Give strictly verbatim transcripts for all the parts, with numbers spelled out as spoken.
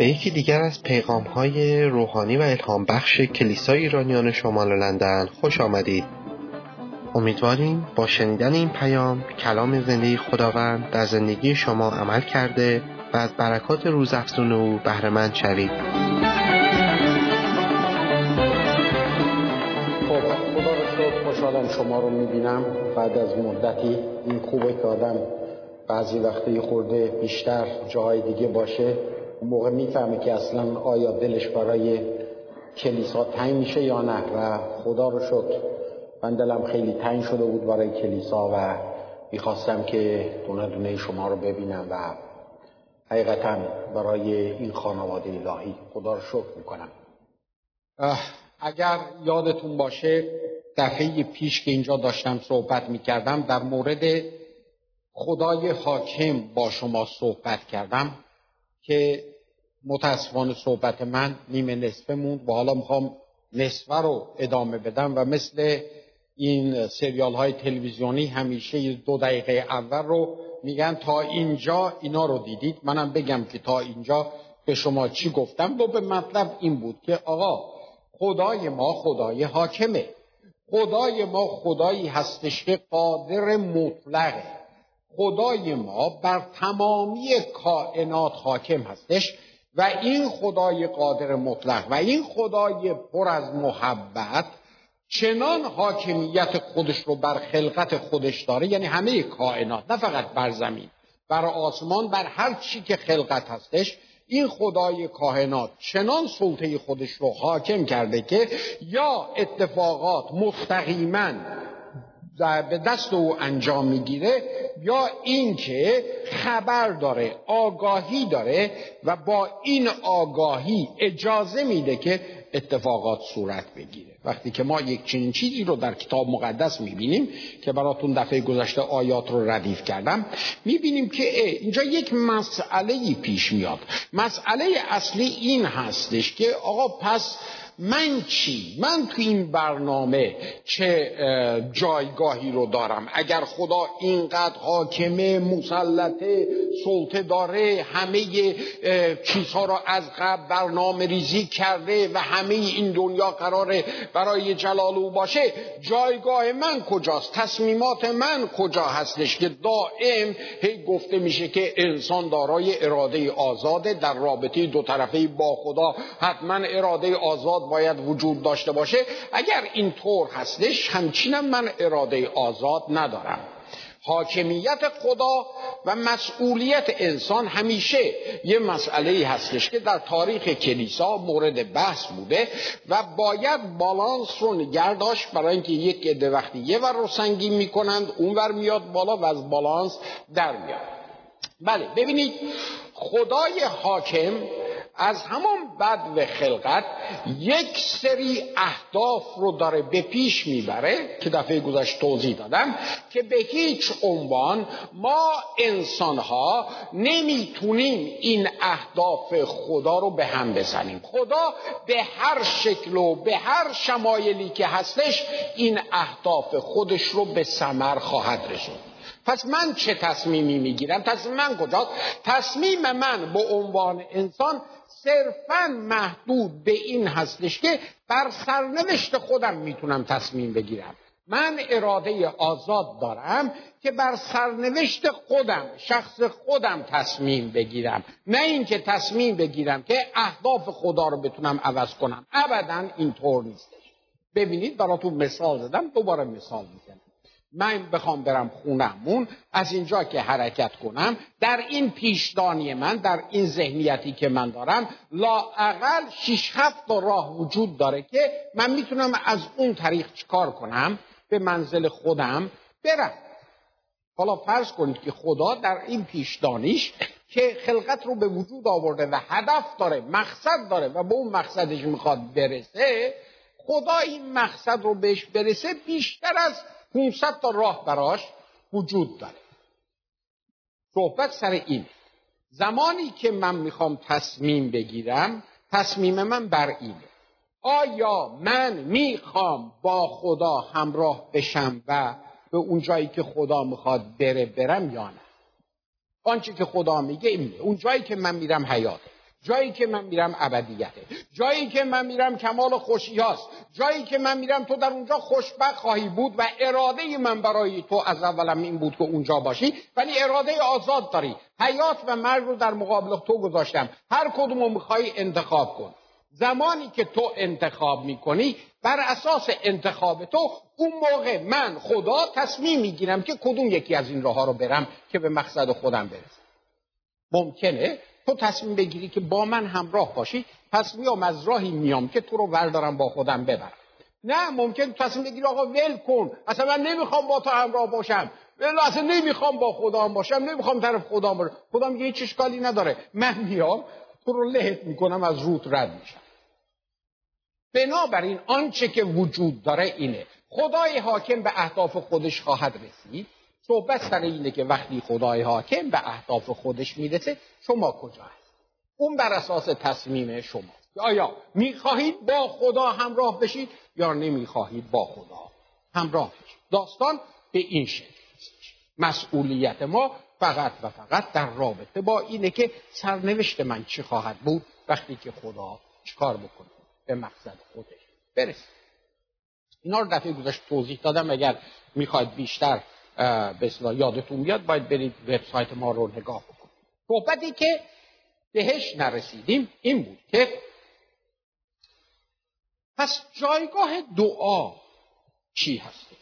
یکی دیگر از پیغام‌های روحانی و الهام بخش کلیسای ایرانیان شمال لندن خوش آمدید. امیدواریم با شنیدن این پیام کلام زنده خداوند در زندگی شما عمل کرده و از برکات روزافزون او بهره مند شوید. خب خدا رو شکر، خوشحالم شما رو می‌بینم بعد از مدتی. این خوبه که آدم بعضی وقتا یه خورده بیشتر جاهای دیگه باشه، اون موقع میفهمه که اصلا آیا دلش برای کلیسا تنگ میشه یا نه. و خدا رو شکر من دلم خیلی تنگ شده بود برای کلیسا و میخواستم که دونه دونه شما رو ببینم و حقیقتا برای این خانواده الهی خدا رو شکر میکنم. اگر یادتون باشه دفعه پیش که اینجا داشتم صحبت میکردم در مورد خدای حاکم با شما صحبت کردم که متاسفانه صحبت من نیمه نصفه موند و حالا میخوام نصفه رو ادامه بدم و مثل این سریال های تلویزیونی همیشه دو دقیقه اول رو میگن تا اینجا اینا رو دیدید، منم بگم که تا اینجا به شما چی گفتم. و به مطلب این بود که آقا خدای ما خدای حاکمه، خدای ما خدایی هستش که قادر مطلقه، خدای ما بر تمامی کائنات حاکم هستش و این خدای قادر مطلق و این خدای پر از محبت چنان حاکمیت خودش رو بر خلقت خودش داره، یعنی همه کائنات، نه فقط بر زمین، بر آسمان، بر هر چی که خلقت هستش. این خدای کائنات چنان سلطه خودش رو حاکم کرده که یا اتفاقات مستقیما به دست او انجام میگیره یا اینکه خبر داره، آگاهی داره و با این آگاهی اجازه میده که اتفاقات صورت بگیره. وقتی که ما یک چنین چیزی رو در کتاب مقدس میبینیم که براتون دفعه گذشته آیات رو ردیف کردم، میبینیم که اینجا یک مسئله پیش میاد. مسئله اصلی این هستش که آقا پس من چی؟ من تو این برنامه چه جایگاهی رو دارم؟ اگر خدا اینقدر حاکمه، مسلطه، سلطه داره، همه چیزها را از قبل برنامه ریزی کرده و همه این دنیا قراره برای جلال او باشه، جایگاه من کجاست؟ تصمیمات من کجا هستش که دائم هی گفته میشه که انسان دارای اراده آزاده، در رابطه دو طرفه با خدا حتما اراده آزاد باید وجود داشته باشه. اگر این طور هستش همچنین من اراده آزاد ندارم. حاکمیت خدا و مسئولیت انسان همیشه یه مسئله هستش که در تاریخ کلیسا مورد بحث بوده و باید بالانس رو نگه داشت، برای اینکه یک عده وقتی یه ور رو سنگین میکنند اون ور میاد بالا و از بالانس در میاد. بله ببینید، خدای حاکم از همان بدو خلقت یک سری اهداف رو داره به پیش میبره که دفعه گذشته توضیح دادم که به هیچ عنوان ما انسانها نمیتونیم این اهداف خدا رو به هم بزنیم. خدا به هر شکل و به هر شمایلی که هستش این اهداف خودش رو به ثمر خواهد رسوند. پس من چه تصمیمی میگیرم؟ تصمیم من کجاست؟ تصمیم من به عنوان انسان صرفاً محدود به این هستش که بر سرنوشت خودم میتونم تصمیم بگیرم. من اراده آزاد دارم که بر سرنوشت خودم، شخص خودم تصمیم بگیرم، نه اینکه تصمیم بگیرم که اهداف خدا رو بتونم عوض کنم. ابداً اینطور نیستش. ببینید براتون مثال زدم، دوباره مثال میزنم. من بخوام برم خونمون، از اینجا که حرکت کنم، در این پیشدانی من، در این ذهنیتی که من دارم، لااقل شش هفت راه وجود داره که من میتونم از اون طریق چیکار کنم؟ به منزل خودم برم. حالا فرض کنید که خدا در این پیشدانیش که خلقت رو به وجود آورده و هدف داره، مقصد داره و به اون مقصدش میخواد برسه، خدا این مقصد رو بهش برسه بیشتر از پانصد تا راه براش وجود داره. صحبت سر این، زمانی که من میخوام تصمیم بگیرم، تصمیم من بر اینه: آیا من میخوام با خدا همراه بشم و به اون جایی که خدا میخواد بره برم یا نه؟ آنچه که خدا میگه اینه، اون جایی که من میرم حیاته. جایی که من میرم ابدیته، جایی که من میرم کمال خوشی هاست، جایی که من میرم تو در اونجا خوشبخت خواهی بود و اراده من برای تو از اولم این بود که اونجا باشی، ولی اراده آزاد داری. حیات و مرگ رو در مقابل تو گذاشتم، هر کدومو میخوای انتخاب کن. زمانی که تو انتخاب میکنی، بر اساس انتخاب تو، اون موقع من خدا تصمیم میگیرم که کدوم یکی از این راه ها رو برم که به مقصد خودم برسم. ممکنه تو تصمیم بگیری که با من همراه باشی، پس میام از راهی میام که تو رو بردارم با خودم ببرم. نه، ممکن تصمیم بگیری آقا ول کن، اصلا من نمیخوام با تو همراه باشم، اصلا نمیخوام با خدا باشم، نمیخوام طرف خدا باشم. خدا میگه هیچ اشکالی نداره، من میام تو رو لهت میکنم، از روت رد میشم. بنابراین آنچه که وجود داره اینه، خدای حاکم به اهداف خودش خواهد رسید. صحبت سر اینه که وقتی خدای حاکم به اهداف خودش میرسه، شما کجا هست؟ اون بر اساس تصمیم شما. آیا میخواهید با خدا همراه بشید یا نمیخواهید با خدا همراه بشید؟ داستان به این شکل است. مسئولیت ما فقط و فقط در رابطه با اینه که سرنوشت من چی خواهد بود وقتی که خدا چیکار بکنه به مقصد خودش برسه. اینا رو دفعه گذشته توضیح دادم، اگر میخواید بیشتر به اصطلاح یادتون بیاد باید برید وبسایت ما رو نگاه بکنید. صحبتی که بهش نرسیدیم این بود که پس جایگاه دعا چی هستش؟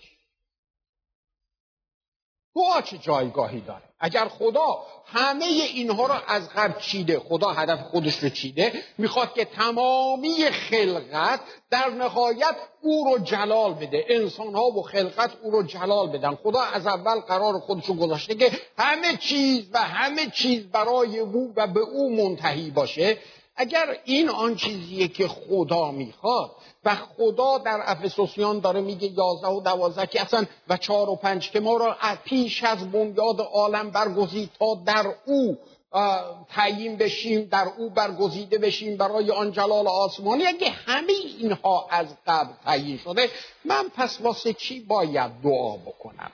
دعا چه جایگاهی داره؟ اگر خدا همه اینها رو از قبل چیده، خدا هدف خودش رو چیده، میخواد که تمامی خلقت در نهایت او رو جلال بده، انسانها و خلقت او رو جلال بدن. خدا از اول قرار خودش رو گذاشته که همه چیز و همه چیز برای او و به او منتهی باشه. اگر این آن چیزیه که خدا میخواد و خدا در افسوسیان داره میگه یازده و دوازده که اصلا و چهار و پنج که ما را پیش از بنیاد عالم برگزید تا در او تعیین بشیم، در او برگزیده بشیم برای آن جلال آسمانی. اگه همه اینها از قبل تعیین شده، من پس واسه چی باید دعا بکنم؟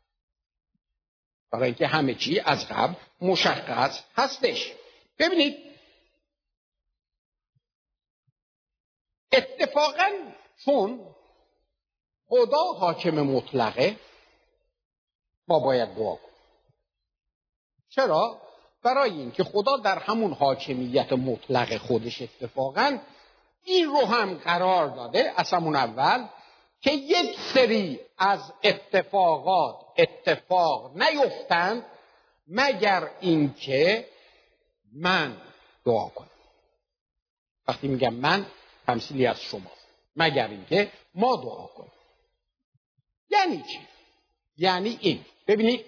برای اینکه همه چی از قبل مشخص هستش. ببینید اتفاقاً چون خدا حاکم مطلقه، ما باید دعا کنیم. چرا؟ برای اینکه خدا در همون حاکمیت مطلق خودش اتفاقاً این رو هم قرار داده از همون اول که یک سری از اتفاقات اتفاق نیفتند مگر اینکه من دعا کنم. وقتی میگم من، تمثیلی از شماست. مگر اینکه ما دعا کنیم. یعنی چی؟ یعنی این، ببینید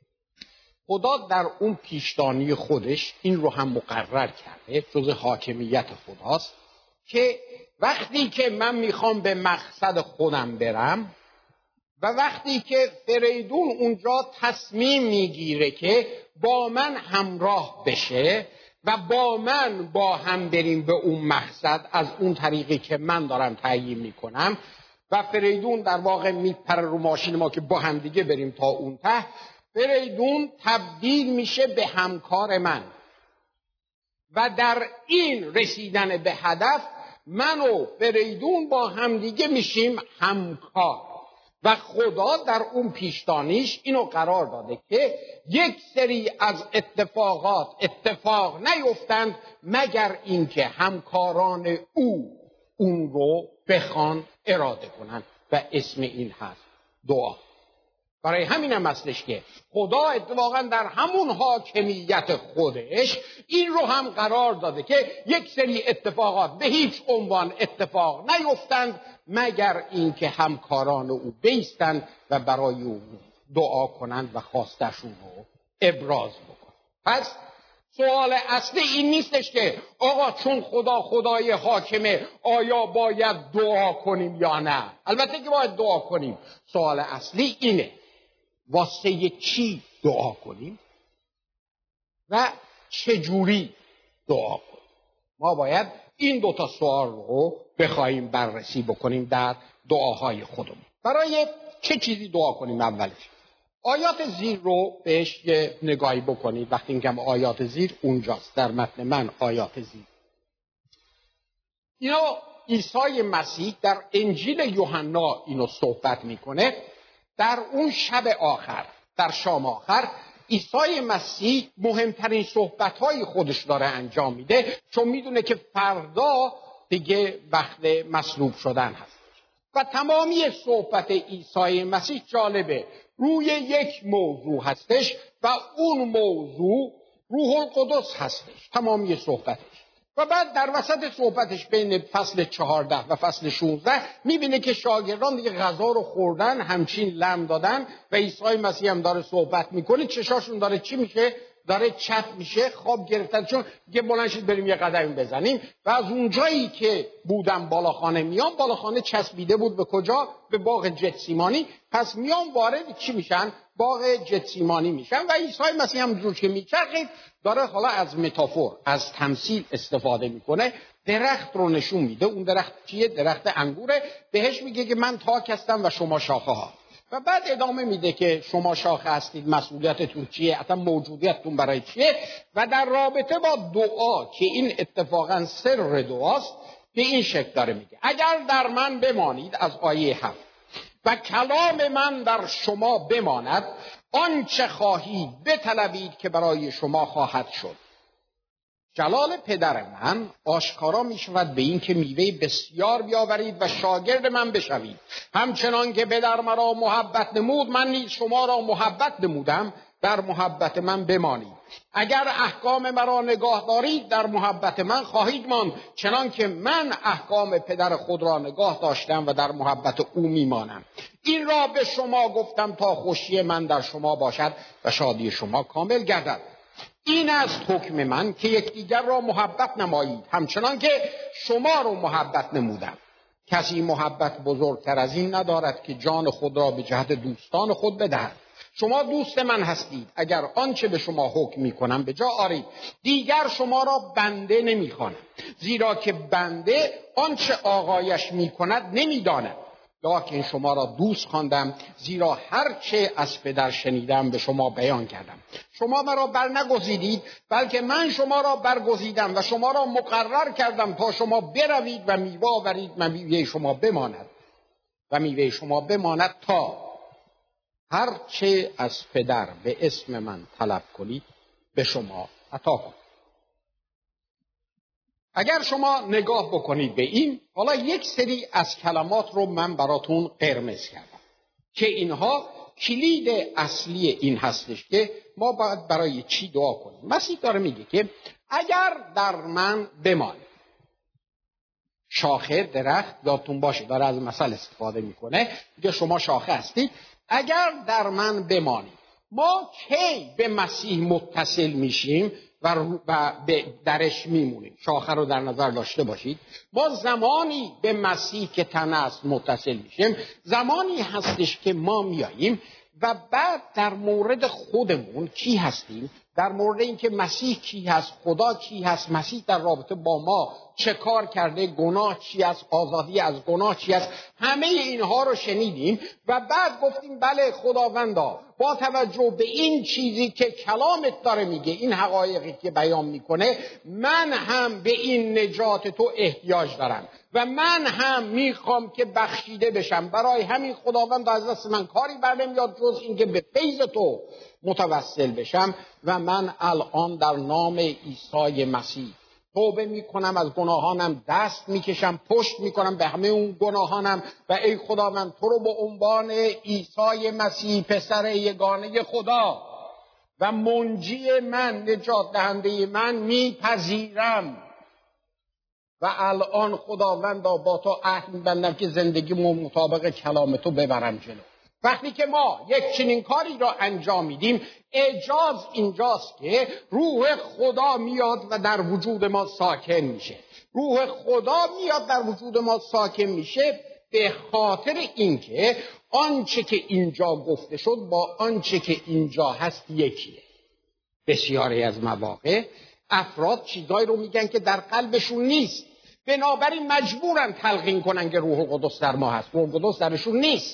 خدا در اون پیشدانی خودش این رو هم مقرر کرده، جز حاکمیت خداست، که وقتی که من میخوام به مقصد خودم برم و وقتی که فریدون اونجا تصمیم میگیره که با من همراه بشه و با من با هم بریم به اون مقصد از اون طریقی که من دارم تعیین میکنم و فریدون در واقع میپره رو ماشین ما که با هم دیگه بریم تا اون ته، فریدون تبدیل میشه به همکار من و در این رسیدن به هدف من و فریدون با هم دیگه میشیم همکار. و خدا در اون پیشدانیش اینو قرار داده که یک سری از اتفاقات اتفاق نیفتند مگر اینکه همکاران او اون رو بخوان اراده کنن و اسم این هست دعا. برای همین هم هستش که خدا اتفاقا در همون حاکمیت خودش این رو هم قرار داده که یک سری اتفاقات به هیچ عنوان اتفاق نیفتند مگر اینکه همکاران او بایستند و برای او دعا کنند و خواستشون رو ابراز بکنند. پس سوال اصلی این نیستش که آقا چون خدا خدای حاکمه آیا باید دعا کنیم یا نه. البته که باید دعا کنیم. سوال اصلی اینه واسه چی دعا کنیم و چجوری دعا کنیم. ما باید این دوتا سوال رو بخوایم بررسی بکنیم در دعاهای خودمون. برای چه چیزی دعا کنیم؟ اولش آیات زیر رو بهش یه نگاهی بکنید. وقتی میگم آیات زیر، اونجاست در متن من آیات زیر. اینا عیسی مسیح در انجیل یوحنا اینو صحبت میکنه. در اون شب آخر، در شام آخر، عیسی مسیح مهمترین صحبت‌های خودش داره انجام میده، چون میدونه که فردا دیگه وقت مصلوب شدن هست. و تمامی صحبت عیسی مسیح جالبه، روی یک موضوع هستش و اون موضوع روح القدس هستش، تمامی صحبتش. و بعد در وسط صحبتش بین فصل چهارده و فصل شانزده میبینه که شاگردان دیگه غذا رو خوردن، همچین لم دادن و عیسی مسیح هم داره صحبت میکنه. چشاشون داره چی میشه؟ داره چپ میشه، خواب گرفتن، چون دیگه بلند شید بریم یه قدمی بزنیم. و از اونجایی که بودم بالاخانه میام، بالاخانه چسبیده بود به کجا؟ به باغ جتسیمانی. پس میام وارد چی میشن؟ باغ جتسیمانی میشن. و عیسی مسیح هم جور که میچرخید داره حالا از متافور، از تمثیل استفاده میکنه. درخت رو نشون میده. اون درخت چیه؟ درخت انگوره. بهش میگه که من تاک هستم و شما شاخه ها. و بعد ادامه میده که شما شاخه هستید، مسئولیتتون چیه، اصلا موجودیتتون برای چیه. و در رابطه با دعا که این اتفاقا سر دعاست، به این شکل داره میگه اگر در من بمانید، از آیه هفت، و کلام من در شما بماند، آنچه خواهید بطلبید که برای شما خواهد شد. جلال پدر من آشکارا می شود به این که میوه بسیار بیاورید و شاگرد من بشوید. همچنان که پدر مرا محبت نمود، من نیز شما را محبت نمودم، در محبت من بمانید. اگر احکام مرا نگاه دارید، در محبت من خواهید ماند، چنان که من احکام پدر خود را نگاه داشتم و در محبت او میمانم. این را به شما گفتم تا خوشی من در شما باشد و شادی شما کامل گردد. این است حکم من که یکدیگر را محبت نمایید، همچنان که شما را محبت نمودم. کسی محبت بزرگتر از این ندارد که جان خود را به جهت دوستان خود بدهد. شما دوست من هستید اگر آنچه به شما حکم می کنم به جا آرید. دیگر شما را بنده نمی خوانم، زیرا که بنده آنچه آقایش می کند نمی داند. لیکن شما را دوست خواندم، زیرا هر چه از پدر شنیدم به شما بیان کردم. شما مرا برنگزیدید، بلکه من شما را برگزیدم و شما را مقرر کردم تا شما بروید و میوه آورید و میوه شما بماند و میوه شما بماند تا هر چه از پدر به اسم من طلب کنید به شما عطا کنم. اگر شما نگاه بکنید به این، حالا یک سری از کلمات رو من براتون قرمز کردم که اینها کلید اصلی این هستش که ما باید برای چی دعا کنیم. مسیح داره میگه که اگر در من بمانید، شاخه درخت یادتون باشه داره از مثل استفاده میکنه، میگه شما شاخه هستید، اگر در من بمانید. ما کی به مسیح متصل میشیم و به درش میمونیم؟ شاخه رو در نظر داشته باشید. ما زمانی به مسیح که تن است متصل میشیم، زمانی هستش که ما میاییم و بعد در مورد خودمون کی هستیم، در مورد اینکه مسیح کی هست، خدا کی هست، مسیح در رابطه با ما چه کار کرده، گناه چی است، آزادی از گناه چی است، همه اینها رو شنیدیم و بعد گفتیم بله خداوندا، با توجه به این چیزی که کلامت داره میگه، این حقایقی که بیان میکنه، من هم به این نجات تو احتیاج دارم و من هم میخوام که بخشیده بشم. برای همین خداوند از دست من کاری بر نمیاد جز این که به فیض تو متوسل بشم و من الان در نام عیسی مسیح توبه میکنم، از گناهانم دست میکشم، پشت میکنم به همه اون گناهانم و ای خداوند تو رو به عنوان عیسی مسیح پسر یگانه خدا و منجی من، نجات دهنده من میپذیرم و الان خداوندا با تو عهد میبندم که زندگیمو مطابق کلام تو ببرم جلو. وقتی که ما یک چنین کاری را انجام میدیم، اعجاز اینجاست که روح خدا میاد و در وجود ما ساکن میشه. روح خدا میاد در وجود ما ساکن میشه به خاطر اینکه آنچه که اینجا گفته شد با آنچه که اینجا هست یکیه. بسیاری از مواقع افراد چیزایی رو میگن که در قلبشون نیست، بنابراین مجبورن تلقین کنن که روح القدس در ما هست. روح القدس درشون نیست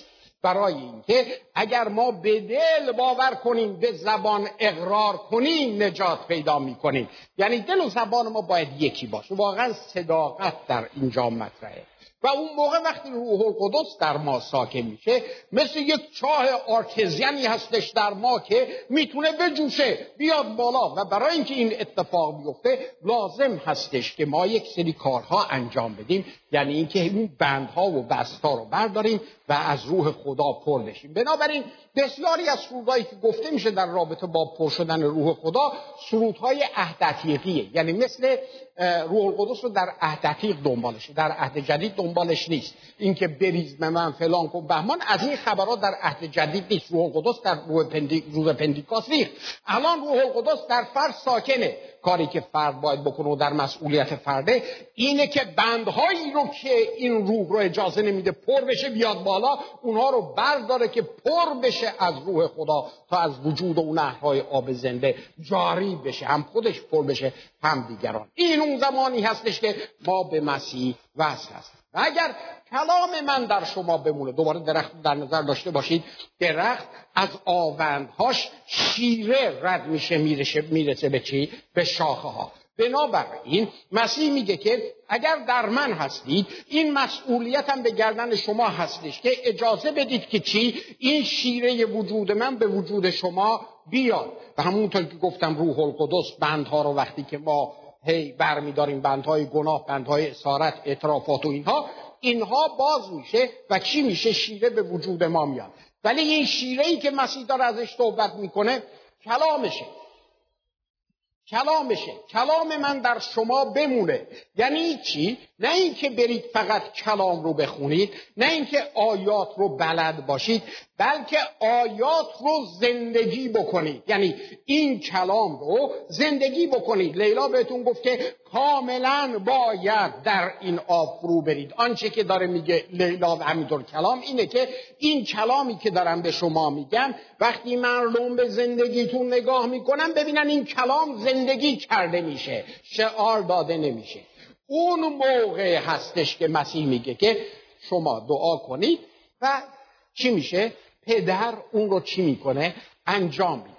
برای اینکه اگر ما به دل باور کنیم، به زبان اقرار کنیم، نجات پیدا میکنیم. یعنی دل و زبان ما باید یکی باشه. واقعا صداقت در اینجا مطرحه. و اون موقع وقتی روح القدس در ما ساکن میشه، مثل یک چاه آرتزیانی هستش در ما که میتونه بجوشه، بیاد بالا. و برای اینکه این اتفاق بیفته لازم هستش که ما یک سری کارها انجام بدیم، یعنی اینکه این بندها و بستها رو برداریم و از روح خدا پر بشیم. بنابراین بسیاری از سرودهایی که گفته میشه در رابطه با پر شدن روح خدا سرودهای عهد عتیقیه، یعنی مثل روح القدس رو در عهد عتیق دنبالشه، در عهد جدید دنبالش نیست. اینکه بریز به من فلان کن بهمان، از این خبرات در عهد جدید نیست. روح القدس در روز پندی... روز پندیکاست ریخت. الان روح القدس در فرد ساکنه. کاری که فرد باید بکنه و در مسئولیت فرده اینه که بندهایی رو که این روح رو اجازه نمیده پر بشه بیاد بالا، اونها رو برداره که پر بشه از روح خدا تا از وجود اون نهرهای آب زنده جاری بشه، هم خودش پر بشه هم دیگران. این اون زمانی هستش که ما به مسیح وصل هستیم. و اگر کلام من در شما بمونه، دوباره درخت در نظر داشته باشید، درخت از آوندهاش شیره رد میشه میرسه, میرسه به چی؟ به شاخه ها. بنابراین مسیح میگه که اگر در من هستید، این مسئولیت هم به گردن شما هستش که اجازه بدید که چی؟ این شیره وجود من به وجود شما بیاد. و همونطور که گفتم روح القدس بندها رو وقتی که ما هی برمیداریم، بندهای گناه، بندهای اسارت، اعترافات و اینها اینها باز میشه و چی میشه؟ شیره به وجود ما میاد. ولی این شیره‌ای که مسیح داره ازش صحبت میکنه کلامشه. کلامشه. کلام من در شما بمونه. یعنی چی؟ نه اینکه برید فقط کلام رو بخونید، نه اینکه آیات رو بلد باشید، بلکه آیات رو زندگی بکنید. یعنی این کلام رو زندگی بکنید. لیلا بهتون گفت که کاملا باید در این آب فرو برید. آنچه که داره میگه لیلا و همینطور کلام اینه که این کلامی که دارم به شما میگم، وقتی مردم به زندگیتون نگاه میکنن ببینن این کلام زندگی کرده میشه، شعار داده نمیشه. اون موقع هستش که مسیح میگه که شما دعا کنید و چی میشه؟ پدر اون رو چی میکنه؟ انجام میده.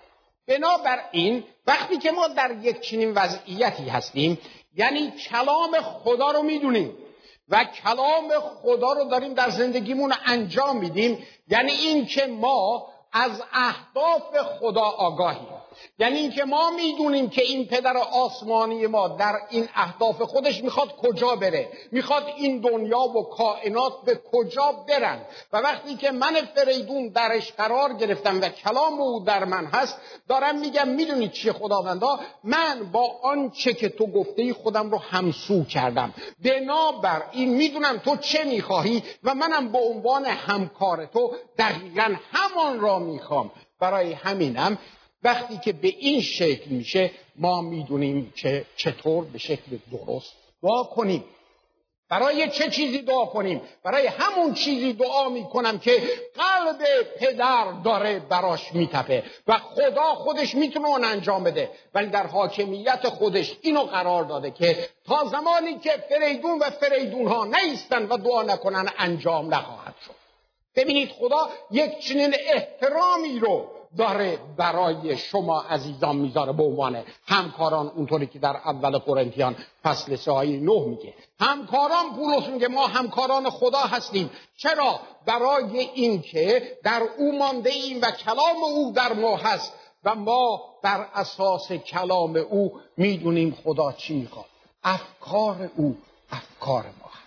بنابراین وقتی که ما در یک چنین وضعیتی هستیم، یعنی کلام خدا رو میدونیم و کلام خدا رو داریم در زندگیمون انجام میدیم، یعنی این که ما از اهداف خدا آگاهیم. یعنی این که ما میدونیم که این پدر آسمانی ما در این اهداف خودش میخواد کجا بره، میخواد این دنیا و کائنات به کجا برن. و وقتی که من فریدون درش قرار گرفتم و کلام او در من هست، دارم میگم میدونید چیه خداوندا؟ من با آنچه که تو گفته خودم رو همسو کردم. بنابراین میدونم تو چه میخواهی و منم به عنوان همکار تو دقیقاً همان را میخوام. برای همینم وقتی که به این شکل میشه ما میدونیم که چطور به شکل درست دعا کنیم. برای چه چیزی دعا کنیم؟ برای همون چیزی دعا میکنم که قلب پدر داره براش میتپه و خدا خودش میتونه اون انجام بده، ولی در حاکمیت خودش اینو قرار داده که تا زمانی که فریدون و فریدون ها نیستن و دعا نکنن انجام نخواهد شد. ببینید خدا یک چنین احترامی رو داره برای شما عزیزان میذاره به عنوان همکاران، اونطوری که در اول قرنتیان فصل سه آیه نه میگه. همکاران، پولس میگه ما همکاران خدا هستیم. چرا؟ برای این که در او مانده ایم و کلام او در ما هست و ما بر اساس کلام او میدونیم خدا چی میخواد. افکار او افکار ما هست.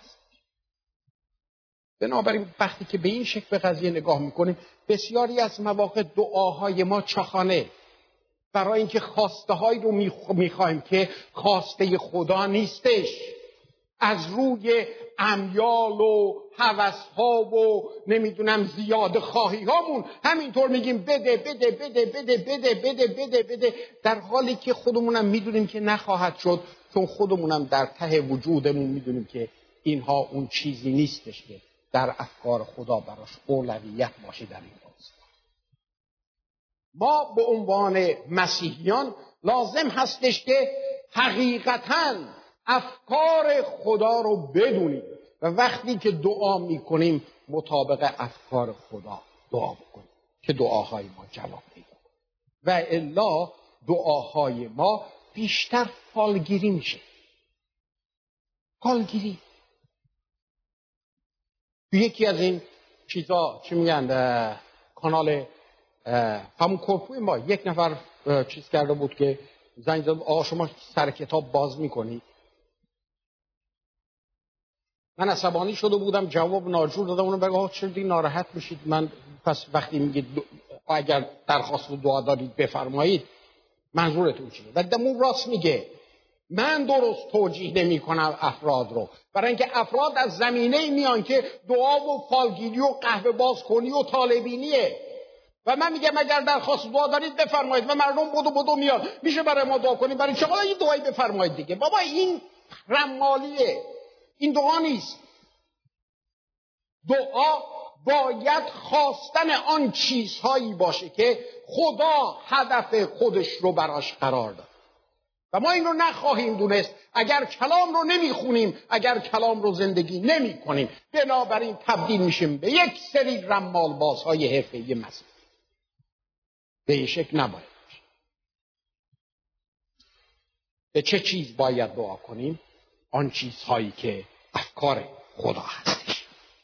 بنابراین وقتی که به این شکل به قضیه نگاه میکنیم، بسیاری از مواقع دعاهای ما چاخانه، برای اینکه خواسته هایی رو میخوایم که خواسته خدا نیستش، از روی امیال و هوس‌ها و نمیدونم زیاده خواهی هامون همینطور میگیم بده بده بده بده بده بده بده بده، در حالی که خودمونم میدونیم که نخواهد شد، چون خودمونم در ته وجودمون میدونیم که اینها اون چیزی نیستش که در افکار خدا براش اولویت باشه. در این بحث ما به عنوان مسیحیان لازم هستش که حقیقتاً افکار خدا رو بدونیم و وقتی که دعا میکنیم مطابق افکار خدا دعا بکنیم که دعاهای ما جواب پیدا کنه. و الا دعاهای ما بیشتر فالگیری میشه. فالگیری تو یکی از این چیزا چی میگن کانال همون کرپوی ما یک نفر چیز کرده بود که زنگ زد آقا شما سر کتاب باز میکنی؟ من عصبانی شده بودم، جواب ناجور دادم. اونو بگه آقا چرا دیگه ناراحت میشید؟ من پس وقتی میگید اگر درخواست دعا دارید بفرمایید منظورتون چیه؟ و دمون راست میگه. من درست توجیه نمی کنم افراد رو، برای اینکه افراد از زمینه میان که دعا و فالگیری و قهوه باز کنی و طالبینیه. و من میگم اگر درخواست دعا دارید بفرمایید و مردم بدو بدو میاد میشه برای ما دعا کنید. برای چقدر این دعایی بفرمایید دیگه؟ بابا این رمالیه، این دعا نیست. دعا باید خواستن آن چیزهایی باشه که خدا هدف خودش رو براش قرار داد و ما این رو نخواهیم دونست اگر کلام رو نمیخونیم، اگر کلام رو زندگی نمی کنیم. بنابراین تبدیل میشیم به یک سری رمال بازهای حرفه‌ای مسیح. به این شکل نباید. به چه چیز باید دعا کنیم؟ آن چیزهایی که افکار خدا هستش.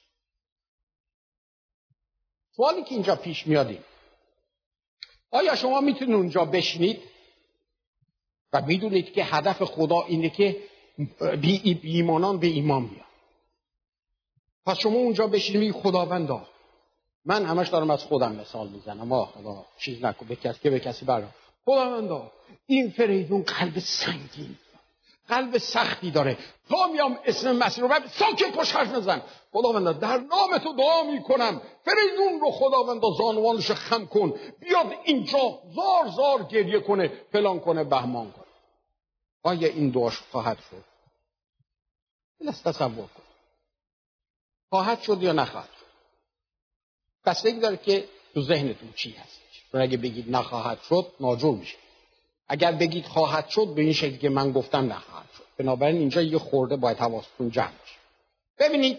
سوالی که اینجا پیش میادیم، آیا شما میتونید اونجا بشینید و میدونید که هدف خدا اینه که بی ایمانان به ایمان بیان؟ پس شما اونجا بشینید میگید خداوندا، من همش دارم از خودم مثال میزنم، آه خدا چیز نکن به کسی که به کسی برام، خداوندا این فریدون قلب سنگین، قلب سختی داره، تا میام اسم مسیح رو ببر ساکت پشت حرف نزن. خداوندا در نام تو دعا میکنم فریدون رو خداوندا زانوانش خم کن، بیاد اینجا زار زار گریه کنه، فلان کنه، بهمان کنه. آیا این دعاش خواهد شد؟ بلست تصور کن. خواهد شد یا نخواهد شد؟ بستگی داره که تو ذهنتون چی هست. چون اگه بگید نخواهد شد ناجور میشه. اگر بگید خواهد شد به این شکلی که من گفتم نخواهد شد. بنابراین اینجا یه خورده باید حواستون جمع بشه. ببینید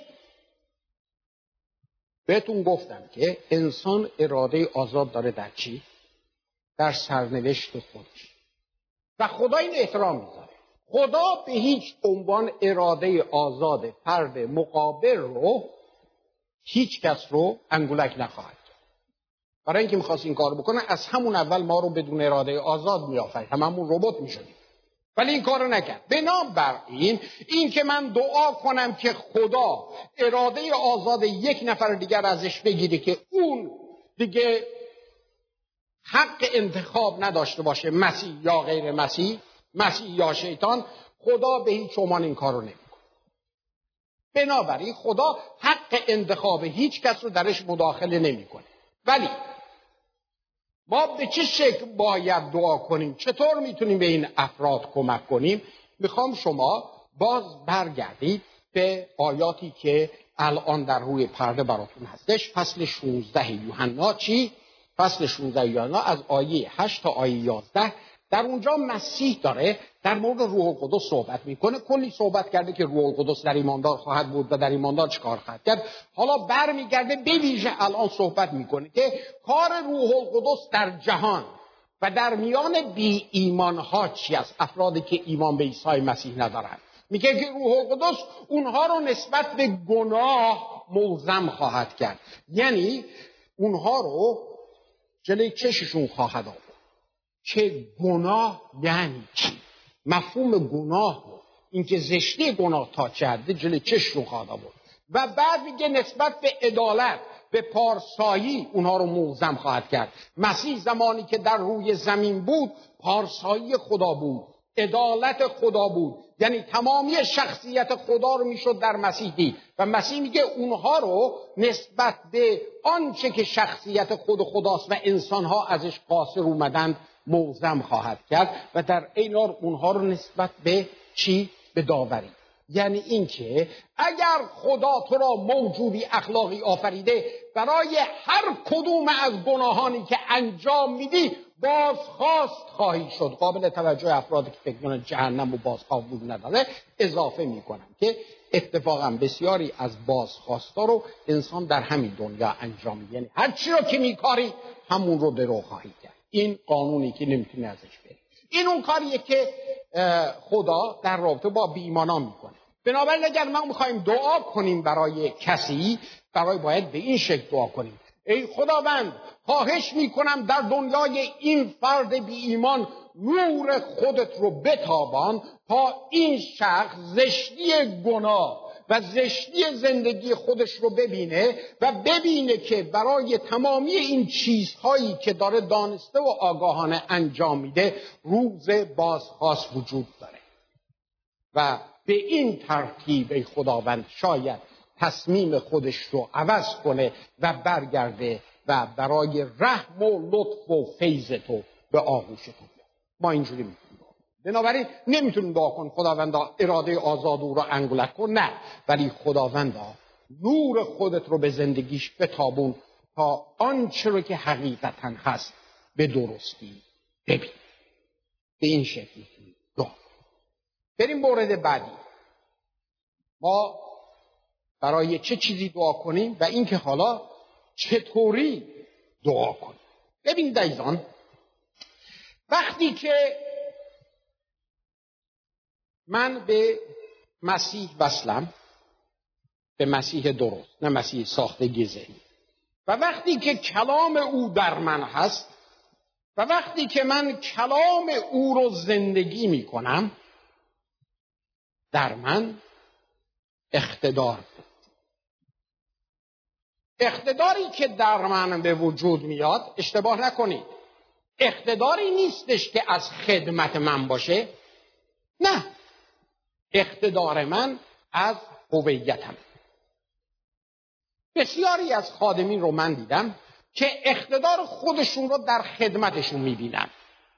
بهتون گفتم که انسان اراده آزاد داره در چی؟ در سرنوشت خودش. و خدا این احترام میذاره. خدا به هیچ عنوان اراده آزاد فرد مقابل رو، هیچ کس رو انگولک نخواهد کرد. برای اینکه میخواست این کار بکنه از همون اول ما رو بدون اراده آزاد میآفرید، هممون ربات میشدیم، ولی این کارو نکرد. بنابراین این که من دعا کنم که خدا اراده آزاد یک نفر دیگر ازش بگیره که اون دیگه حق انتخاب نداشته باشه، مسیح یا غیر مسیح، مسیح یا شیطان، خدا به هیچ عنوان این کارو نمیکنه. بنابراین خدا حق انتخاب هیچ کس رو درش مداخله نمیکنه. ولی ما به چه شکل باید دعا کنیم؟ چطور میتونیم به این افراد کمک کنیم؟ میخوام شما باز برگردید به آیاتی که الان در روی پرده براتون هستش. فصل شانزده یوحنا. چی؟ فصل شانزده یوحنا از آیه هشت تا آیه یازده. در اونجا مسیح داره در مورد روح القدس صحبت میکنه. کلی صحبت کرده که روح القدس در ایماندار خواهد بود و در ایماندار چیکار خواهد کرد. حالا برمیگرده به ویژه الان صحبت میکنه که کار روح القدس در جهان و در میان بی ایمان ها چی است؟ افرادی که ایمان به عیسی مسیح ندارند. میگه که روح القدس اونها رو نسبت به گناه ملزم خواهد کرد، یعنی اونها رو جلوی چششون خواهد آورد که گناه یعنی چی، مفهوم گناه رو، اینکه زشتی گناه تا چه حده جلوی چششون خواهد آورد. و بعد میگه نسبت به عدالت، به پارسایی اونها رو ملزم خواهد کرد. مسیح زمانی که در روی زمین بود پارسایی خدا بود، عدالت خدا بود، یعنی تمامی شخصیت خدا رو میشد در مسیح دید. و مسیح میگه اونها رو نسبت به آنچه که شخصیت خود خداست و انسانها ازش قاصر اومدند ملزم خواهد کرد. و در این حال اونها رو نسبت به چی؟ به داوری. یعنی این که اگر خدا تو را موجودی اخلاقی آفریده، برای هر کدوم از گناهانی که انجام میدی بازخواست خواهی شد. قابل توجه افرادی که فکر کنن جهنم و بازخواست بود نداره اضافه میکنم که اتفاقا بسیاری از بازخواستا رو انسان در همین دنیا انجام میده. یعنی هر چی رو که میکاری همون رو درو خواهی کرد. این قانونی که نمیتونی ازش بری. این اون کاریه که خدا در رابطه با بی‌ایمانان میکنه. بنابراین اگر ما میخوایم دعا کنیم برای کسی، برای باید به این شکل دعا کنیم: ای خداوند، خواهش میکنم در دنیای این فرد بی ایمان نور خودت رو بتابان تا این شخص زشتی گناه و زشتی زندگی خودش رو ببینه و ببینه که برای تمامی این چیزهایی که داره دانسته و آگاهانه انجام میده روز بازخواست وجود داره. و به این ترتیب ای خداوند شاید تصمیم خودش رو عوض کنه و برگرده و برای رحم و لطف و فیض تو به آغوش تو بیاد. ما اینجوری میتونیم. بنابراین نمیتونیم دعا کن خداوندا اراده آزاد او رو انگولک کن، نه، ولی خداوندا نور خودت رو به زندگیش بتابون تا آنچه رو که حقیقتا هست به درستی ببین. به این شکل دعا. بریم مورد بعدی. ما برای چه چیزی دعا کنیم و اینکه حالا چطوری دعا کنیم. ببین عزیزان، وقتی که من به مسیح وصلم، به مسیح درست، نه مسیح ساختگی ذهنی، و وقتی که کلام او در من هست و وقتی که من کلام او رو زندگی می کنم، در من اقتدار بود. اقتداری که در من به وجود میاد، اشتباه نکنید، اقتداری نیستش که از خدمت من باشه، نه، اقتدار من از هویتم. بسیاری از خادمین رو من دیدم که اقتدار خودشون رو در خدمتشون میبینن.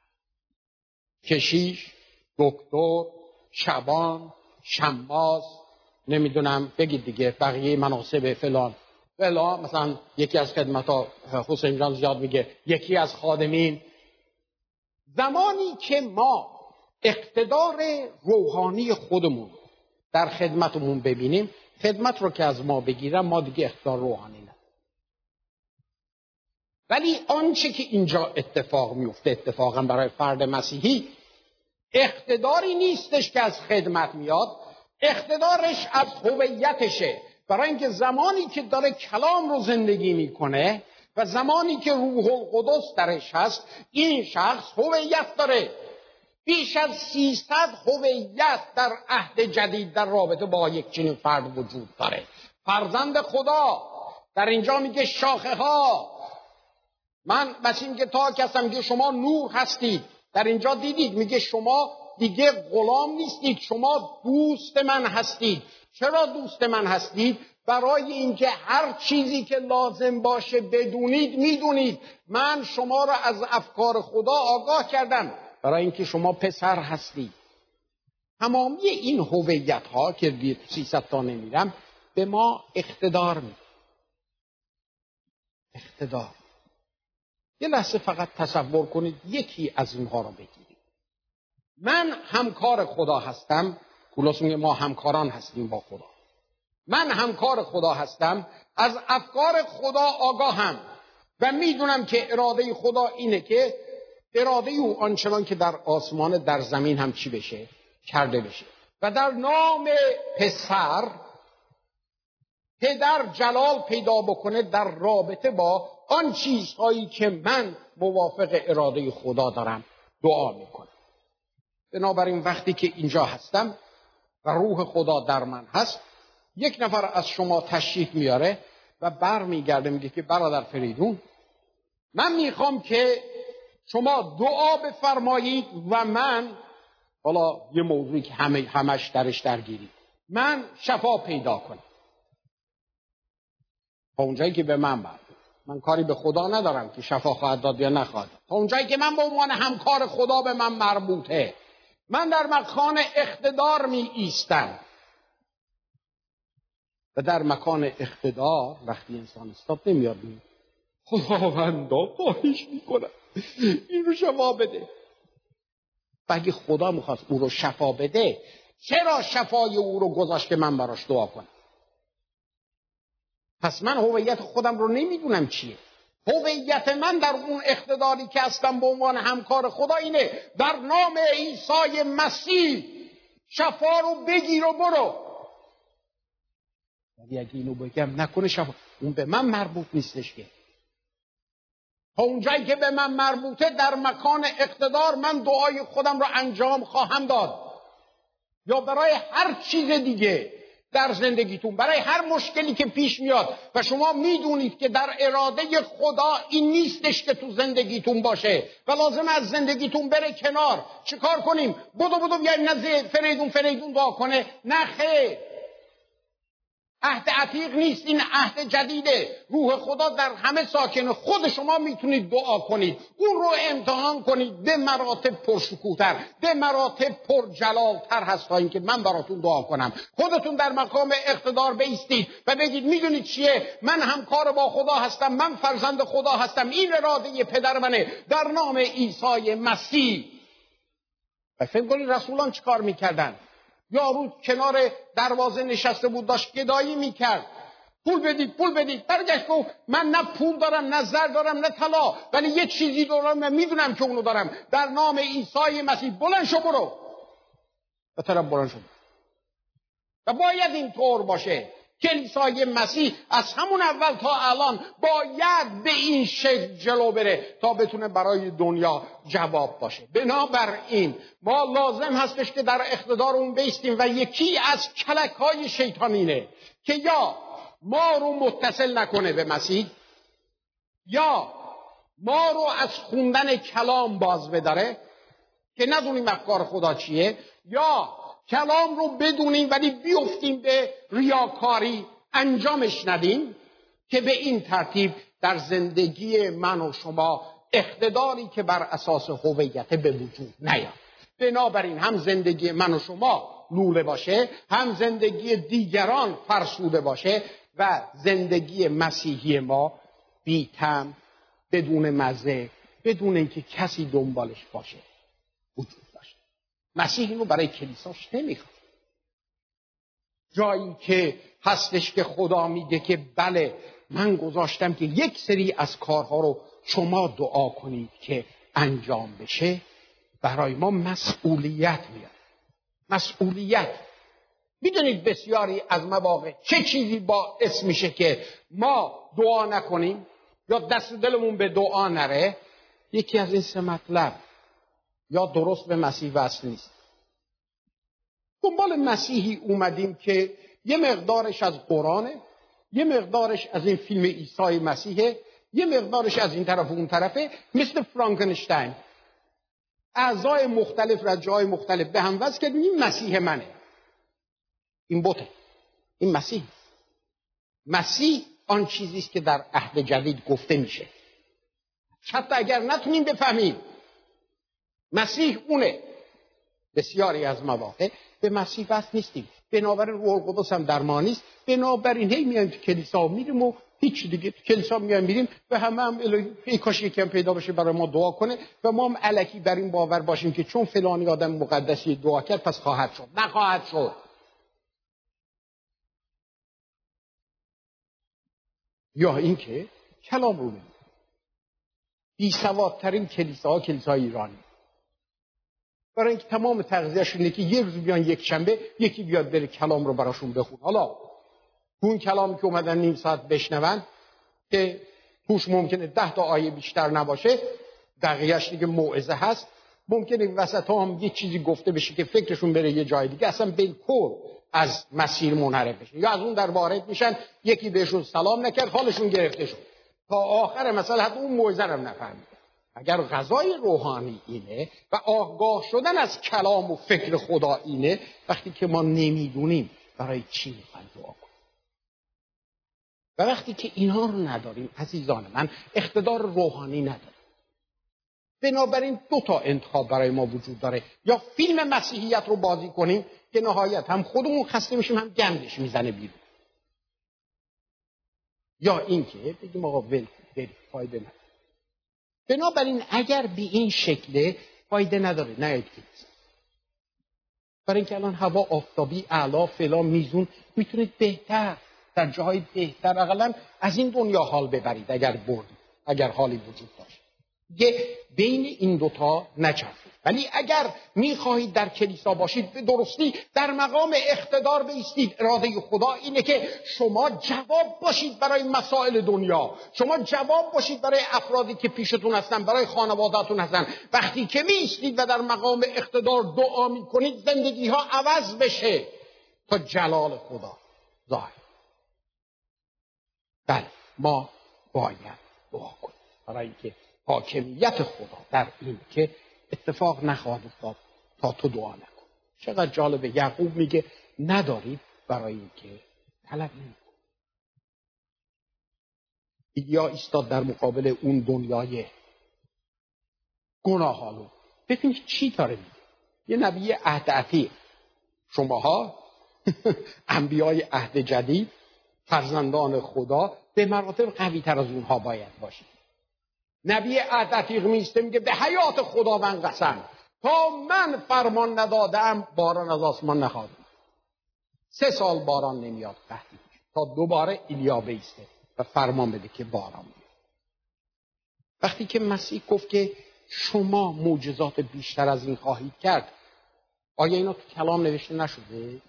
کشیش، دکتر، شبان، شماس، نمیدونم بگید دیگه بقیه مناصب فلان فلان. مثلا یکی از خدمتا حسین جان زیاد میگه یکی از خادمین. زمانی که ما اقتدار روحانی خودمون در خدمتمون ببینیم، خدمت رو که از ما بگیرن ما دیگه اقتدار روحانی نه. ولی آنچه که اینجا اتفاق میفته، اتفاقا برای فرد مسیحی اقتداری نیستش که از خدمت میاد، اقتدارش از هویتشه. برای اینکه زمانی که داره کلام رو زندگی میکنه و زمانی که روح القدس درش هست، این شخص هویت داره. بیش از سیصد هویت در عهد جدید در رابطه با یک چنین فرد وجود داره. فرزند خدا در اینجا میگه شاخه ها، من مسیح میگه تا کسم، میگه شما نور هستید. در اینجا دیدید میگه شما دیگه غلام نیستید، شما دوست من هستید. چرا دوست من هستید؟ برای اینکه هر چیزی که لازم باشه بدونید میدونید. من شما را از افکار خدا آگاه کردم برای اینکه شما پسر هستید. تمامی این هویت ها که دید سیصد تا نمیرم به ما اقتدار میده. اقتدار. یه لحظه فقط تصور کنید یکی از اینها را بگیرید. من همکار خدا هستم. پولس میگه ما همکاران هستیم با خدا. من همکار خدا هستم، از افکار خدا آگاهم و میدونم که اراده خدا اینه که اراده او آنچنان که در آسمان در زمین هم چی بشه؟ کرده بشه. و در نام پسر پدر جلال پیدا بکنه در رابطه با آن چیزهایی که من موافق اراده خدا دارم دعا میکنم. بنابراین وقتی که اینجا هستم و روح خدا در من هست، یک نفر از شما تشریف میاره و بر میگرده میگه که برادر فریدون، من میخوام که شما دعا بفرمایید و من، حالا یه موضوعی که همه همش درش درگیری، من شفا پیدا کنم. تا اونجایی که به من برد، من کاری به خدا ندارم که شفا خواهد داد یا نخواهد. تا اونجایی که من به عنوان همکار خدا به من مربوطه، من در مکان اقتدار می ایستم. و در مکان اقتدار وقتی انسان استاد نمیاد می خداوندا خواهش میکنم این رو شفا بده. و اگه خدا میخواست او رو شفا بده، چرا شفای او رو گذاشت که من براش دعا کنم؟ پس من هویت خودم رو نمیدونم چیه. هویت من در اون اقتداری که هستم به عنوان همکار خدا اینه در نام عیسی مسیح شفا رو بگیر و برو. ولی اگه اینو بگم نکنه شفا، اون به من مربوط نیستش که. تا اونجایی که به من مربوطه در مکان اقتدار من دعای خودم رو انجام خواهم داد. یا برای هر چیز دیگه در زندگیتون، برای هر مشکلی که پیش میاد و شما میدونید که در اراده خدا این نیستش که تو زندگیتون باشه و لازم از زندگیتون بره کنار، چیکار کنیم؟ بدو بدو بیایم نزد فریدون فریدون دعا کنه؟ نه خیر، عهد عتیق نیست، این عهد جدیده. روح خدا در همه ساکن. خود شما میتونید دعا کنید، اون رو امتحان کنید، به مراتب پرشکوه‌تر، به مراتب پرجلال‌تر هست تا اینکه من براتون دعا کنم. خودتون در مقام اقتدار بایستید و بگید میدونید چیه، من همکار با خدا هستم، من فرزند خدا هستم، این اراده پدر منه در نام عیسی مسیح. و فکر کنید رسولان چیکار میکردن؟ یارو کنار دروازه نشسته بود داشت گدایی میکرد، پول بدید پول بدید. برگشت گفت من نه پول دارم نه زر دارم نه طلا، ولی یه چیزی دارم و میدونم که اونو دارم، در نام عیسی مسیح بلند شو برو. و طرف بلند شد. و باید این طور باشه. کلیسای مسیح از همون اول تا الان باید به این شکل جلو بره تا بتونه برای دنیا جواب باشه. بنابراین ما لازم هستش که در اقتدار اون بیستیم و یکی از کلک‌های شیطانینه که یا ما رو متصل نکنه به مسیح، یا ما رو از خوندن کلام باز بداره که ندونیم افکار خدا چیه، یا کلام رو بدونیم ولی بیفتیم به ریاکاری انجامش ندیم، که به این ترتیب در زندگی من و شما اقتداری که بر اساس هویت به وجود نیاد. بنابراین هم زندگی من و شما لوله باشه، هم زندگی دیگران فرسوده باشه و زندگی مسیحی ما بی طعم، بدون مزه، بدون اینکه کسی دنبالش باشه وجود داشته. مسیح اینو برای کلیساش نمیخواد. جایی که هستش که خدا میگه که بله من گذاشتم که یک سری از کارها رو شما دعا کنید که انجام بشه، برای ما مسئولیت میاد. مسئولیت. میدونید بسیاری از مواقع چه چیزی باعث میشه که ما دعا نکنیم یا دست دلمون به دعا نره؟ یکی از این سه مطلب: یا درست به مسیح وصل نیست. دنبال مسیحی اومدیم که یه مقدارش از قرآنه، یه مقدارش از این فیلم عیسی مسیحه، یه مقدارش از این طرف و اون طرفه، مثل فرانکنشتاین. اعضای مختلف را جای مختلف به هم وصل کردیم. این مسیح منه، این بوته، این مسیح. مسیح آن چیزی است که در عهد جدید گفته میشه. حتی اگر نتونیم بفهمیم مسیح اونه، بسیاری از مواقع به مسیح وصل نیستیم. بنابراین روح القدس هم در ما نیست. بنابراین هی میایم تو کلیسا میریم و هیچ دیگه تو کلیسا میایم میریم و همه هم ای کاش یکم پیدا بشه برای ما دعا کنه و ما هم الکی بر این باور باشیم که چون فلانی آدم مقدسی دعا کرد پس خواهد شد. نخواهد شد. یا اینکه کلام رو نمی‌دونیم. بی سوادترین کلیساها کلیسای ایرانی، برای اینکه تمام تغذیه‌شون اینه که یه روز بیان یک شنبه یکی بیاد بره کلام رو براشون بخونه. حالا اون کلامی که اومدن نیم ساعت بشنون که توش ممکنه ده تا آیه بیشتر نباشه، بقیه‌اش دیگه موعظه هست، ممکنه وسطا هم یه چیزی گفته بشه که فکرشون بره یه جای دیگه، اصلا بالکل از مسیر منحرف بشه، یا از اون در وارد میشن یکی بهشون سلام نکرد حالشون گرفته شد تا آخر مثلا حتی اون موعظه رو نفهمید. اگر غذای روحانی اینه و آگاه شدن از کلام و فکر خدا اینه، وقتی که ما نمیدونیم برای چی میخوایم دعا کنیم و وقتی که اینها رو نداریم، عزیزان من، اقتدار روحانی نداریم. بنابراین دو تا انتخاب برای ما وجود داره: یا فیلم مسیحیت رو بازی کنیم که نهایت هم خودمون خسته میشیم هم گندش میزنه بیرون، یا اینکه بگیم آقا ول کن، فایده نداره. بنابراین اگر به این شکل فایده نداره نیایید کلیسا. برای اینکه الان هوا آفتابی، اعلا، فلان، میزون، میتونید بهتر در جاهای بهتر اقلا از این دنیا حال ببرید اگر بردید، اگر حالی وجود داشت. یه بین این دوتا نچرخید. ولی اگر میخواهید در کلیسا باشید به درستی در مقام اقتدار بایستید. اراده خدا اینه که شما جواب باشید برای مسائل دنیا، شما جواب باشید برای افرادی که پیشتون هستن، برای خانواده‌تون هستن. وقتی که میایستید و در مقام اقتدار دعا میکنید زندگی ها عوض بشه تا جلال خدا ظاهر. بله، ما باید دعا کنیم برای اینکه حاکمیت خدا در این که اتفاق نخواهد افتاد تا تو دعا نکن. چقدر جالبه، یعقوب میگه ندارید برای اینکه طلب نمی‌کنید. ایلیا ایستاد در مقابل اون دنیای گناهالو. ببینید چی داره میگه. یه نبی عهد عتیق، شماها انبیای عهد جدید، فرزندان خدا، به مراتب قوی تر از اونها باید باشید. نبی عهد عتیق میسته میگه به حیات خداوند قسم تا من فرمان ندادم باران از آسمان نخواهد. سه سال باران نمیاد قحطی تا دوباره ایلیا بیسته و فرمان بده که باران بیاد. وقتی که مسیح گفت که شما معجزات بیشتر از این خواهید کرد، آیا اینا تو کلام نوشته نشده؟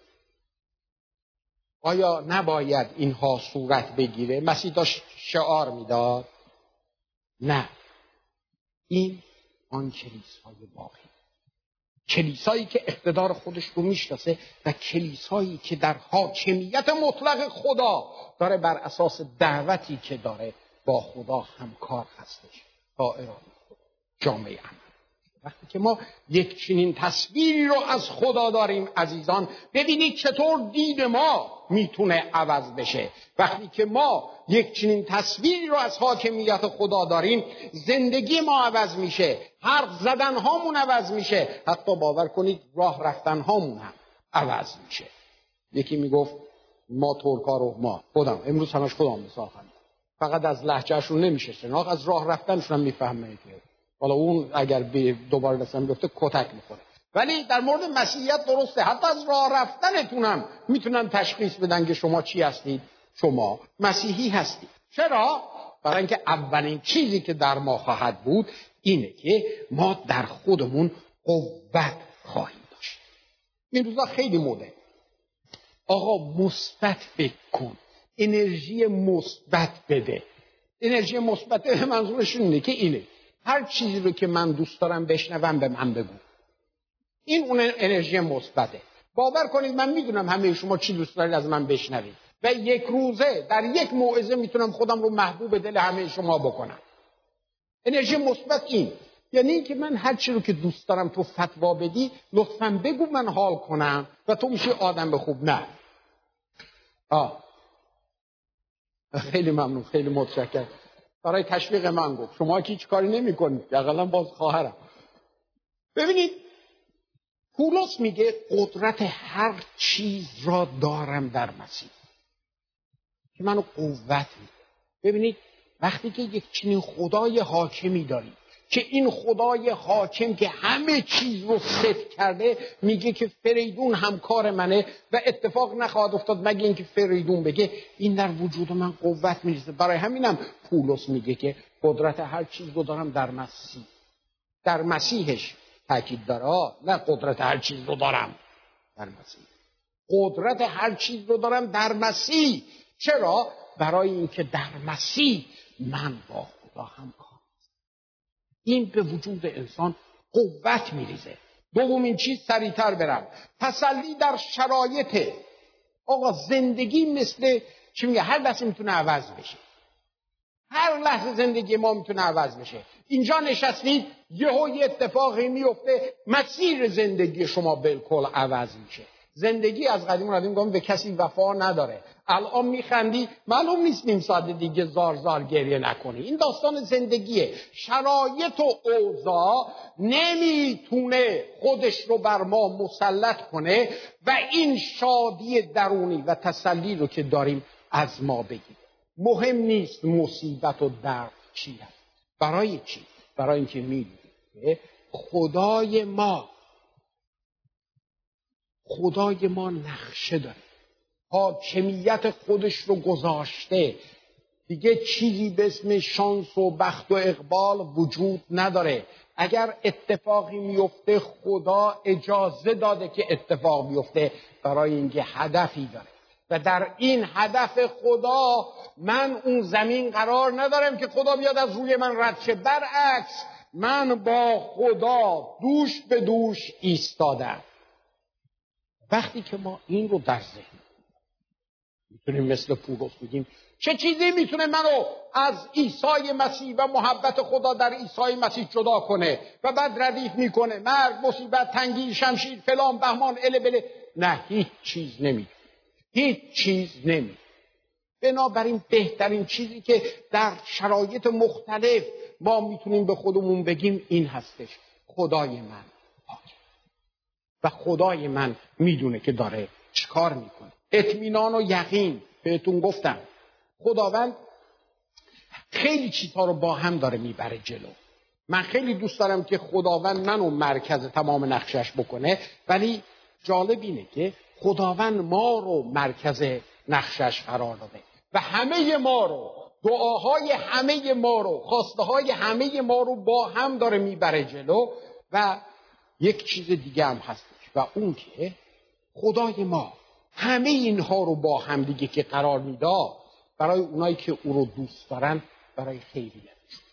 آیا نباید اینها صورت بگیره؟ مسیح داشت شعار میداد؟ نه، این آن کلیسای باقی، کلیسایی که اقتدار خودش رو میشناسه و کلیسایی که در حاکمیت مطلق خدا داره بر اساس دعوتی که داره با خدا همکار هستش تا اراده جامعه امن. وقتی که ما یک چنین تصویری رو از خدا داریم عزیزان، ببینید چطور دید ما میتونه عوض بشه. وقتی که ما یک چنین تصویری رو از حاکمیت خدا داریم، زندگی ما عوض میشه، حرف زدن هامون عوض میشه، حتی باور کنید راه رفتن هامون هم عوض میشه. یکی میگفت ما ترکا رو ما خودم امروز همش خودم مثال خواهم، فقط از لهجهشون نمیشه شناخت، از راه رفتنشون هم میفهمه که حالا اون اگر دوباره دستم بیفته کتک میخوره. ولی در مورد مسیحیت درسته، حتی از راه رفتنتون هم میتونن تشخیص بدن که شما چی هستید، شما مسیحی هستید. چرا؟ برای اینکه اولین چیزی که در ما خواهد بود اینه که ما در خودمون قوت خواهیم داشت. این روزا خیلی موده، آقا مثبت فکر کن، انرژی مثبت بده. انرژی مثبت منظورشون اینه که اینه هر چیزی رو که من دوست دارم بشنوم به من بگو. این اون انرژی مثبته. باور کنید من میدونم همه شما چی دوست دارید از من بشنوید و یک روزه در یک موعظه میتونم خودم رو محبوب دل همه شما بکنم. انرژی مثبت این یعنی این که من هر چی رو که دوست دارم تو فتوا بدی لطفاً بگو من حال کنم و تو میشی آدم خوب. نه آه خیلی ممنون، خیلی متشکرم برای تشویق من. گفت شما که هیچ کاری نمی کنید، اقلا باز خواهرم. ببینید پولس میگه قدرت هر چیز را دارم در مسیح که منو قوت میده. ببینید وقتی که یک چنین خدای حاکمی دارید که این خدای حاکم که همه چیز رو ست کرده میگه که فریدون همکار منه و اتفاق نخواهد افتاد مگه اینکه فریدون بگه، این در وجود من قوت میریزه. برای همینم پولس میگه که قدرت هر چیز رو دارم در مسیح. در مسیحش تاکید داره، نه قدرت هر چیز رو دارم در مسیح. قدرت هر چیز رو دارم در مسیح. چرا؟ برای اینکه در مسیح من با خدا همکار. این به وجود انسان قوت میریزه. دومین چیز سریعتر برم، تسلی در شرایط. آقا زندگی مثل چی میگه، هر لحظه میتونه عوض بشه. هر لحظه زندگی ما میتونه عوض بشه. اینجا نشستید یهو یه اتفاقی میفته مسیر زندگی شما بالکل عوض میشه. زندگی از قدیم قدیم گفتم به کسی وفا نداره. الان میخندی معلوم نیست نیم ساعت دیگه زار زار گریه نکنی. این داستان زندگیه. شرایط و اوضاع نمیتونه خودش رو بر ما مسلط کنه و این شادی درونی و تسلی رو که داریم از ما بگیره. مهم نیست مصیبت و درد چی هست. برای چی؟ برای اینکه میدونیم که خدای ما خدای ما نقشه داره، حاکمیت خودش رو گذاشته، دیگه چیزی به اسم شانس و بخت و اقبال وجود نداره. اگر اتفاقی میفته خدا اجازه داده که اتفاق بیفته برای اینکه هدفی داره و در این هدف خدا من اون زمین قرار ندارم که خدا بیاد از روی من رد شه. برعکس من با خدا دوش به دوش ایستادم. وقتی که ما این رو در ذهن میتونیم مثل پولس بگیم چه چیزی میتونه منو از عیسی مسیح و محبت خدا در عیسی مسیح جدا کنه و بعد ردیف میکنه، مرگ، مصیبت، تنگی، شمشیر، فلان، بهمان، اله بله. نه، هیچ چیز نمیتونه، هیچ چیز نمیتونه. بنابراین بهترین چیزی که در شرایط مختلف ما میتونیم به خودمون بگیم این هستش: خدای من پاکه و خدای من میدونه که داره چیکار میکنه. اطمینان و یقین. بهتون گفتم خداوند خیلی چیزها رو با هم داره میبره جلو. من خیلی دوست دارم که خداوند منو مرکز تمام نقشش بکنه، ولی جالب اینه که خداوند ما رو مرکز نقشش قرار داده و همه ما رو، دعاهای همه ما رو، خواسته های همه ما رو با هم داره میبره جلو. و یک چیز دیگه هم هستش و اون که خدای ما همه اینها رو با هم دیگه که قرار میداد برای اونایی که او رو دوست دارن، برای خیریت.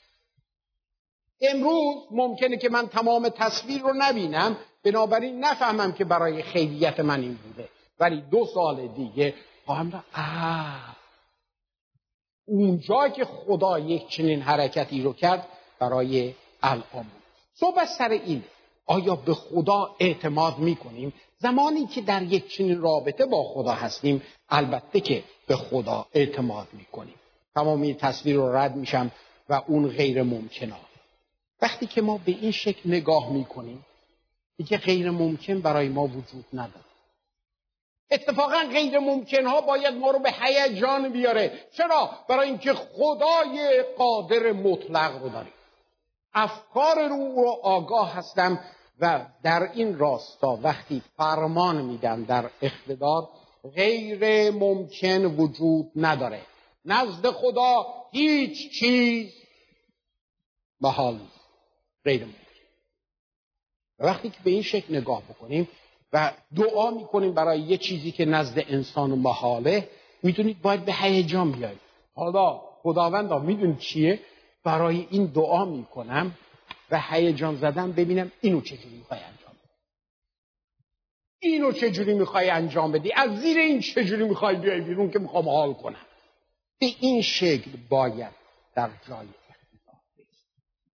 امروز ممکنه که من تمام تصویر رو نبینم، بنابراین نفهمم که برای خیریت من این بوده، ولی دو سال دیگه خواهم دارم آه اونجا که خدا یک چنین حرکتی رو کرد برای الان بود. صحبت سر این: آیا به خدا اعتماد میکنیم؟ زمانی که در یک چنین رابطه با خدا هستیم البته که به خدا اعتماد میکنیم. تمامی تصویر رو رد میشم و اون غیر ممکنه. وقتی که ما به این شکل نگاه میکنیم دیگه غیر ممکن برای ما وجود نداره. اتفاقا غیر ممکن ها باید ما رو به هیجان بیاره. چرا؟ برای اینکه خدای قادر مطلق رو داریم. افکار رو رو آگاه هستم و در این راستا وقتی فرمان میدم در اقتدار، غیر ممکن وجود نداره. نزد خدا هیچ چیز محال نیست، غیر ممکن. و وقتی که به این شکل نگاه بکنیم و دعا میکنیم برای یه چیزی که نزد انسان محاله، میدونید باید به هیجان بیایید. حالا خداوندا میدونید چیه؟ برای این دعا میکنم و هیجان زدم ببینم اینو چجوری میخوای انجام بدی، اینو چجوری میخوای انجام بدی، از زیر این چجوری میخوای بیای بیرون که میخوام حال کنم. به این شکل باید در جای اقتدار بایستیم.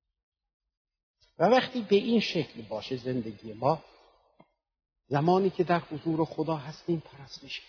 و وقتی به این شکل باشه زندگی ما، زمانی که در حضور خدا هستیم پرستشه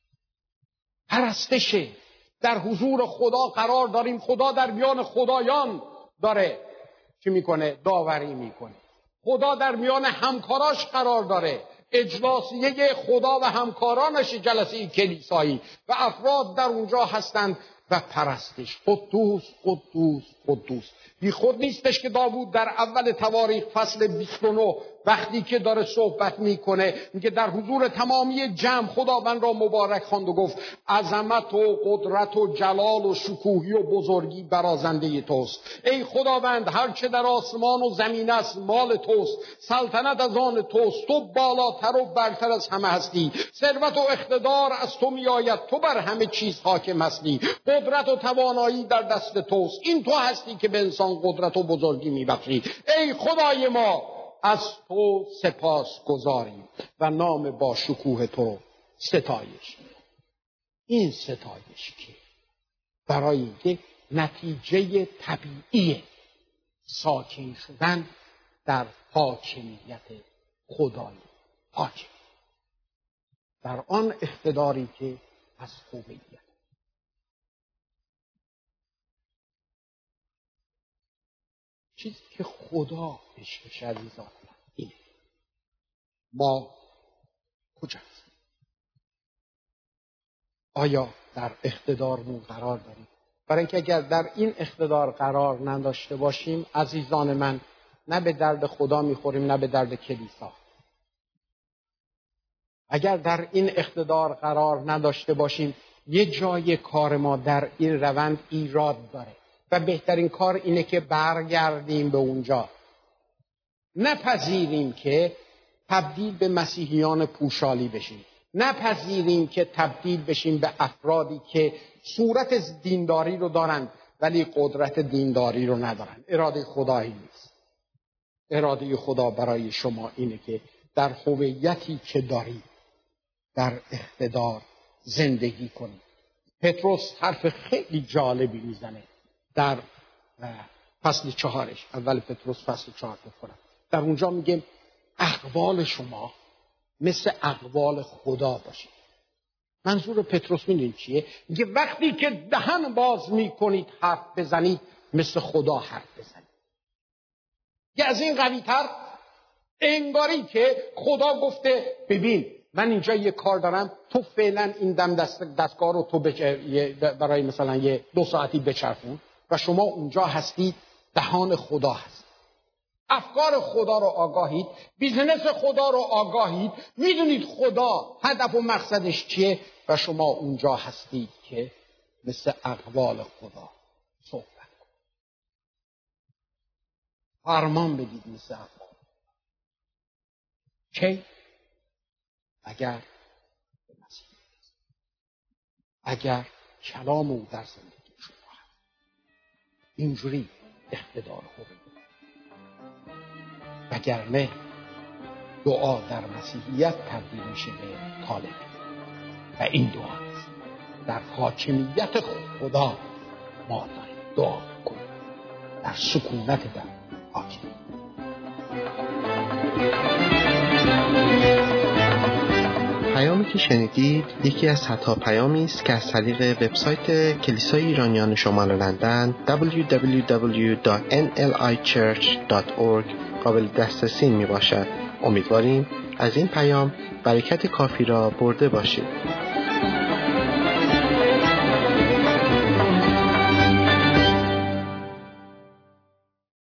پرستشه در حضور خدا قرار داریم. خدا در میان خدایان داره چی میکنه؟ داوری میکنه. خدا در میان همکاراش قرار داره. اجلاسیه خدا و همکارانش جلسه کلیسایی و افراد در اونجا هستند و پرستش. قدوس قدوس قدوس. بی خود نیستش که داوود در اول تواریخ فصل بیست و نه وقتی که داره صحبت میکنه میگه در حضور تمامی جمع خداوند را مبارک خواند و گفت عظمت و قدرت و جلال و شکوهی و بزرگی برازنده توست. ای خداوند هر چه در آسمان و زمین است مال توست. سلطنت از آن توست. تو بالاتر و برتر از همه هستی. ثروت و اقتدار از تو میآید. تو بر همه چیز حاکم هستی. قدرت و توانایی در دست توست. این تو هستی که به انسان قدرت و بزرگی میبخشی. ای خدای ما از تو سپاس گذاریم و نام با شکوه تو ستایش. این ستایش که برای اینکه نتیجه طبیعی ساکن شدن در حاکمیت خدای حاکم، در آن اقتداری که از خوبیت. چیزی که خدا عشقش عزیزان اینه. ما کجاست؟ آیا در اقتدارمون قرار داریم؟ برای اینکه اگر در این اقتدار قرار نداشته باشیم عزیزان من، نه به درد خدا میخوریم نه به درد کلیسا. اگر در این اقتدار قرار نداشته باشیم، یه جای کار ما در این روند ایراد داره و بهترین کار اینه که برگردیم به اونجا. نپذیریم که تبدیل به مسیحیان پوشالی بشیم، نپذیریم که تبدیل بشیم به افرادی که صورت دینداری رو دارند ولی قدرت دینداری رو ندارند. اراده خدایی نیست. اراده خدا برای شما اینه که در هویتی که دارید در اقتدار زندگی کنید. پتروس حرف خیلی جالبی میزنه در فصل چهارش، اول پتروس فصل چهار بخونم. در اونجا میگه اقوال شما مثل اقوال خدا باشید. منظور پتروس میدونید چیه؟ میگه وقتی که دهن باز میکنید حرف بزنید مثل خدا حرف بزنید. یه از این قوی تر انگاری که خدا گفته ببین من اینجا یه کار دارم، تو فعلا این دم دست دستگاه رو تو برای مثلا یه دو ساعتی بچرخون و شما اونجا هستید، دهان خدا هست. افکار خدا رو آگاهید، بیزنس خدا رو آگاهید، میدونید خدا هدف و مقصدش چیه و شما اونجا هستید که مثل اقوال خدا صحبت کنید. فرمان بدید مثل اقوال. چه؟ اگر اگر کلام او در زندگی شما هست، اینجوری اقتدار هویت. وگرنه دعا در مسیحیت تبدیل میشه به طالب و این دعا است در حاکمیت خدا ما داریم دعا کنیم در سکونت در حاکمیت. پیامی که شنیدید یکی از صدها پیامی است که از طریق وبسایت کلیسای ایرانیان شمال لندن دبلیو دبلیو دبلیو دات ان ال آی چرچ دات اورگ قابل دسترسی می باشد. امیدواریم از این پیام برکت کافی را برده باشید.